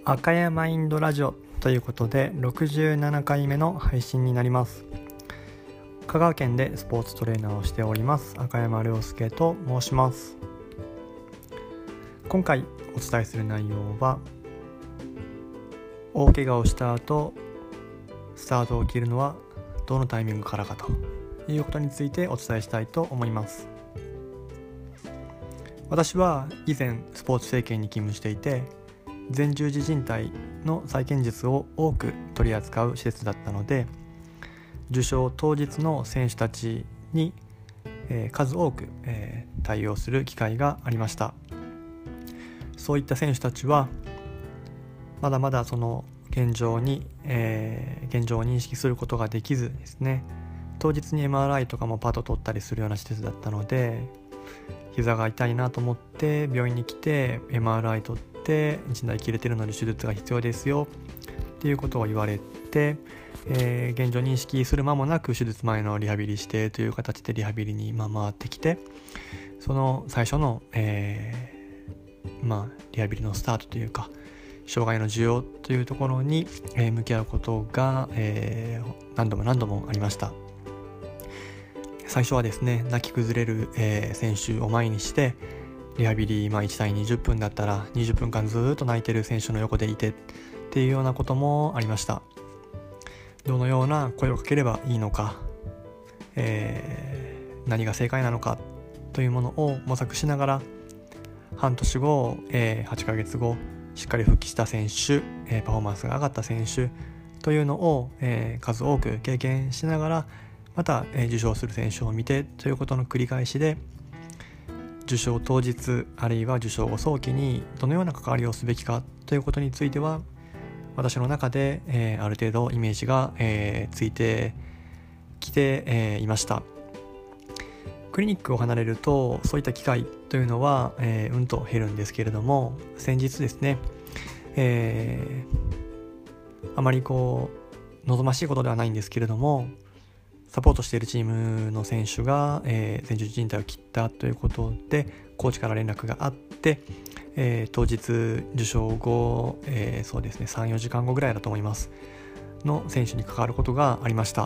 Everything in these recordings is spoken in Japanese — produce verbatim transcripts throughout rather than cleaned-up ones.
赤山インドラジオということでろくじゅうななかいめの配信になります。香川県でスポーツトレーナーをしております赤山亮介と申します。今回お伝えする内容は、大怪我をした後スタートを切るのはどのタイミングからかということについてお伝えしたいと思います。私は以前スポーツ整形に勤務していて、前十字靭帯の再建術を多く取り扱う施設だったので、受賞当日の選手たちに、えー、数多く、えー、対応する機会がありました。そういった選手たちはまだまだその現状に、えー、現状を認識することができずですね、当日に エムアールアイ とかもパッと取ったりするような施設だったので、膝が痛いなと思って病院に来て エムアールアイ 取って靭帯切れてるので手術が必要ですよっていうことを言われて、えー、現状認識する間もなく手術前のリハビリしてという形でリハビリにま回ってきて、その最初の、えー、まあリハビリのスタートというか障害の需要というところに、えー、向き合うことが、えー、何度も何度もありました。最初はですね、泣き崩れる、えー、選手を前にしてリハビリ、まあ、いち対にじゅっぷんだったらにじゅっぷんかんずっと泣いてる選手の横でいてっていうようなこともありました。どのような声をかければいいのか、えー、何が正解なのかというものを模索しながら、半年後、えー、はちかげつごしっかり復帰した選手、えー、パフォーマンスが上がった選手というのを、えー、数多く経験しながら、また、えー、受賞する選手を見てということの繰り返しで、受賞当日あるいは受賞後早期にどのような関わりをすべきかということについては、私の中で、えー、ある程度イメージが、えー、ついてきて、えー、いました。クリニックを離れるとそういった機会というのは、えー、うんと減るんですけれども、先日ですね、えー、あまりこう望ましいことではないんですけれども、サポートしているチームの選手が、えー、前十字靭帯を切ったということでコーチから連絡があって、えー、当日受賞後、えー、そうですね さんよじかんごぐらいだと思いますの選手に関わることがありました。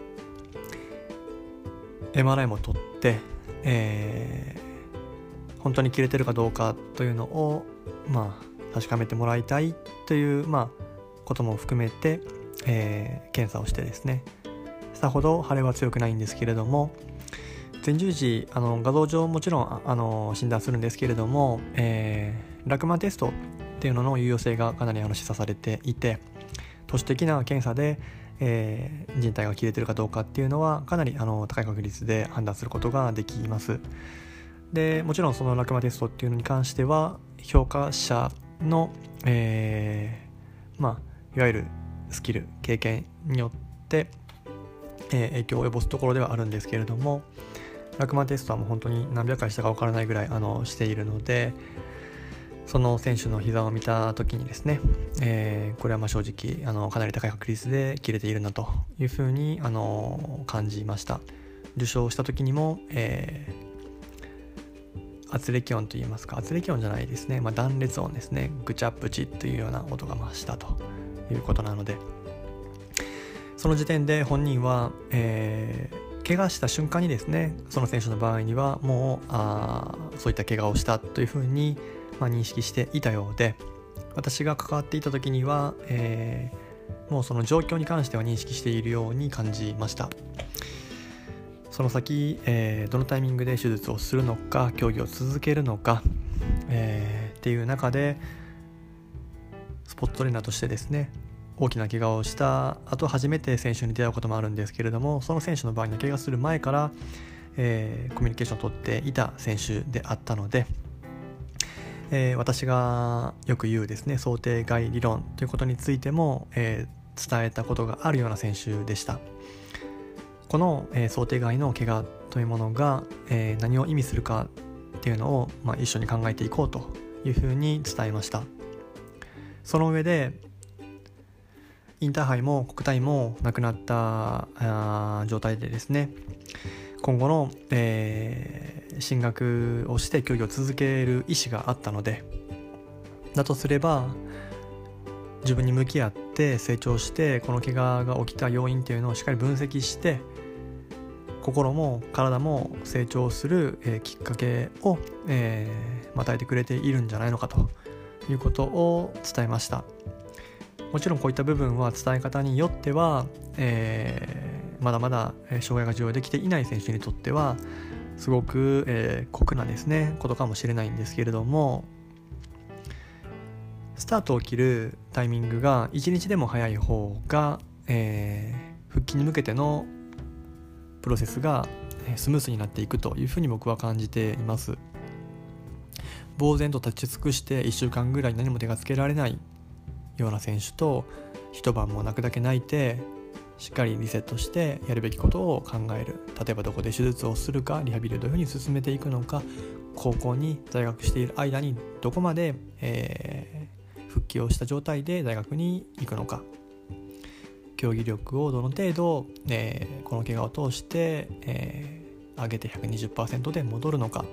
エムアールアイ も取って、えー、本当に切れてるかどうかというのを、まあ、確かめてもらいたいという、まあ、ことも含めて、えー、検査をしてですね、さほど腫れは強くないんですけれども、前十字あの画像上もちろんあの診断するんですけれども、えー、ラクマテストっていうのの有用性がかなりあの示唆されていて、都市的な検査で、えー、靭帯が切れてるかどうかっていうのはかなりあの高い確率で判断することができます。でもちろんそのラクマテストっていうのに関しては評価者の、えー、まあいわゆるスキル経験によってえー、影響を及ぼすところではあるんですけれども、ラクマテストはもう本当に何百回したか分からないぐらいあのしているので、その選手の膝を見た時にですね、えー、これはまあ正直あのかなり高い確率で切れているなというふうにあの感じました。受賞した時にも、えー、圧力音といいますか、圧力音じゃないですね、まあ、断裂音ですね、ぐちゃぶちというような音が増したということなので、その時点で本人は、えー、怪我した瞬間にですね、その選手の場合にはもうあそういった怪我をしたというふうに、まあ、認識していたようで、私が関わっていた時には、えー、もうその状況に関しては認識しているように感じました。その先、えー、どのタイミングで手術をするのか、競技を続けるのか、えー、っていう中でスポーツトレーナーとしてですね、大きな怪我をした後初めて選手に出会うこともあるんですけれども、その選手の場合には怪我する前から、えー、コミュニケーションを取っていた選手であったので、えー、私がよく言うですね、想定外理論ということについても、えー、伝えたことがあるような選手でした。この、えー、想定外の怪我というものが、えー、何を意味するかっていうのを、まあ、一緒に考えていこうというふうに伝えました。その上でインターハイも国体もなくなった状態でですね、今後の、えー、進学をして競技を続ける意思があったので、だとすれば自分に向き合って成長して、この怪我が起きた要因っていうのをしっかり分析して、心も体も成長する、えー、きっかけを、えー、与えてくれているんじゃないのかということを伝えました。もちろんこういった部分は伝え方によっては、えー、まだまだ障害が治療できていない選手にとってはすごく、えー、酷なですねことかもしれないんですけれども、スタートを切るタイミングがいちにちでも早い方が、えー、復帰に向けてのプロセスがスムースになっていくというふうに僕は感じています。呆然と立ち尽くしていっしゅうかんぐらい何も手がつけられないような選手と、一晩も泣くだけ泣いてしっかりリセットしてやるべきことを考える。例えばどこで手術をするか、リハビリをどういうふうに進めていくのか、高校に在学している間にどこまで、えー、復帰をした状態で大学に行くのか、競技力をどの程度、えー、この怪我を通して、えー、上げて ひゃくにじゅっパーセント で戻るのか。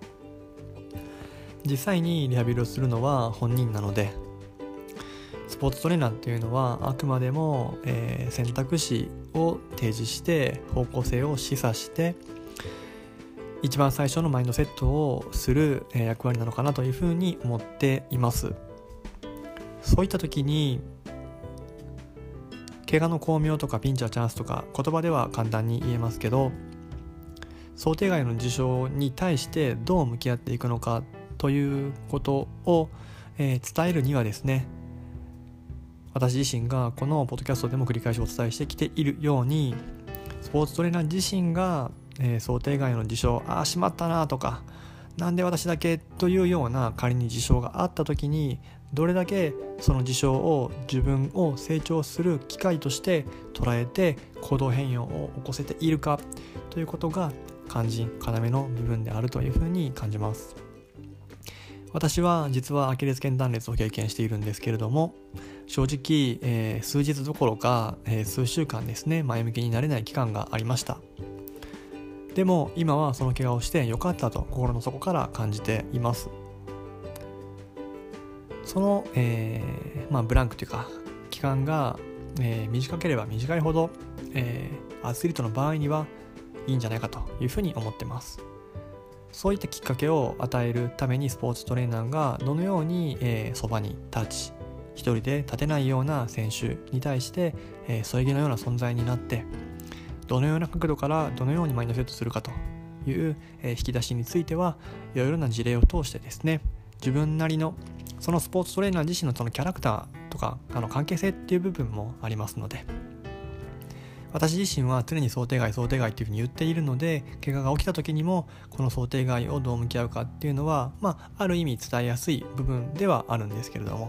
実際にリハビリをするのは本人なので、スポーツトレーナーっていうのはあくまでも、えー、選択肢を提示して方向性を示唆して一番最初のマインドセットをする、えー、役割なのかなというふうに思っています。そういった時に怪我の巧妙とかピンチはチャンスとか言葉では簡単に言えますけど、想定外の事象に対してどう向き合っていくのかということを、えー、伝えるにはですね、私自身がこのポッドキャストでも繰り返しお伝えしてきているように、スポーツトレーナー自身が、えー、想定外の事象、ああしまったなとか、なんで私だけというような仮に事象があった時に、どれだけその事象を自分を成長する機会として捉えて行動変容を起こせているかということが肝心要の部分であるというふうに感じます。私は実はアキレス腱断裂を経験しているんですけれども、正直、えー、数日どころか、えー、数週間ですね、前向きになれない期間がありました。でも今はその怪我をしてよかったと心の底から感じています。その、えーまあ、ブランクというか期間が、えー、短ければ短いほど、えー、アスリートの場合にはいいんじゃないかというふうに思ってます。そういったきっかけを与えるためにスポーツトレーナーがどのように、えー、そばに立ち、一人で立てないような選手に対して、えー、添え木のような存在になって、どのような角度からどのようにマインドセットするかという、えー、引き出しについてはいろいろな事例を通してですね、自分なりのそのスポーツトレーナー自身のそのキャラクターとかあの関係性っていう部分もありますので、私自身は常に想定外想定外っていうふうに言っているので、怪我が起きた時にもこの想定外をどう向き合うかっていうのは、まあ、ある意味伝えやすい部分ではあるんですけれども、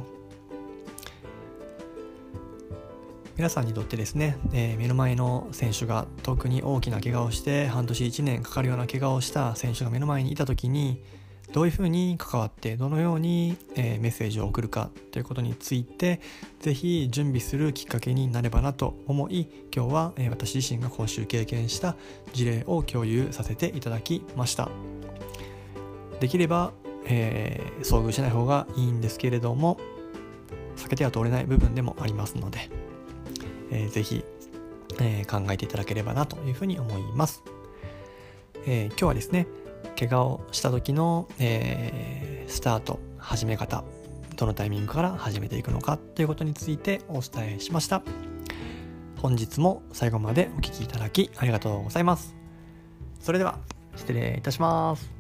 皆さんにとってですね、えー、目の前の選手が特に大きな怪我をして半年いちねんかかるような怪我をした選手が目の前にいた時に、どういうふうに関わってどのように、えー、メッセージを送るかということについて、ぜひ準備するきっかけになればなと思い、今日は、えー、私自身が今週経験した事例を共有させていただきました。できれば、えー、遭遇しない方がいいんですけれども、避けては通れない部分でもありますので、えー、ぜひ、えー、考えていただければなというふうに思います。えー、今日はですね、怪我をした時の、えー、スタート、始め方、どのタイミングから始めていくのかということについてお伝えしました。本日も最後までお聞きいただきありがとうございます。それでは失礼いたします。